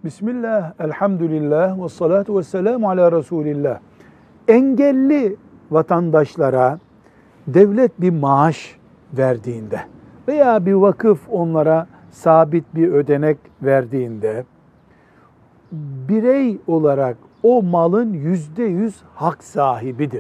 Bismillah, elhamdülillah, ve salatu ve selamu ala Resulillah. Engelli vatandaşlara devlet bir maaş verdiğinde veya bir vakıf onlara sabit bir ödenek verdiğinde birey olarak o malın %100 hak sahibidir.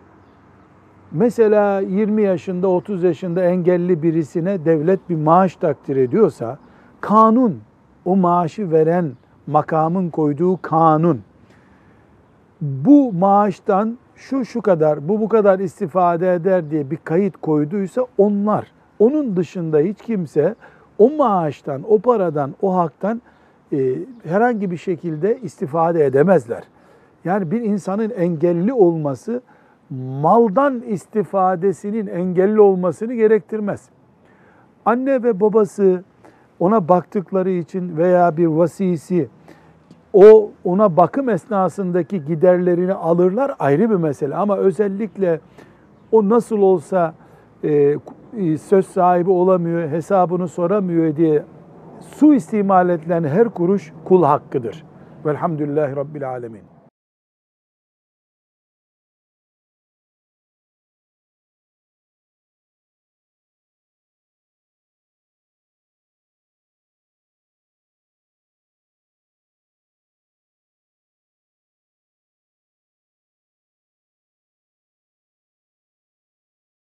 Mesela 20 yaşında, 30 yaşında engelli birisine devlet bir maaş takdir ediyorsa, kanun, o maaşı veren makamın koyduğu kanun, bu maaştan şu kadar, bu kadar istifade eder diye bir kayıt koyduysa onlar, onun dışında hiç kimse o maaştan, o paradan, o haktan herhangi bir şekilde istifade edemezler. Yani bir insanın engelli olması, maldan istifadesinin engelli olmasını gerektirmez. Anne ve babası ona baktıkları için veya bir vasisi ona bakım esnasındaki giderlerini alırlar, ayrı bir mesele. Ama özellikle o nasıl olsa söz sahibi olamıyor, hesabını soramıyor diye suistimal edilen her kuruş kul hakkıdır. Velhamdülillahi Rabbil Alemin.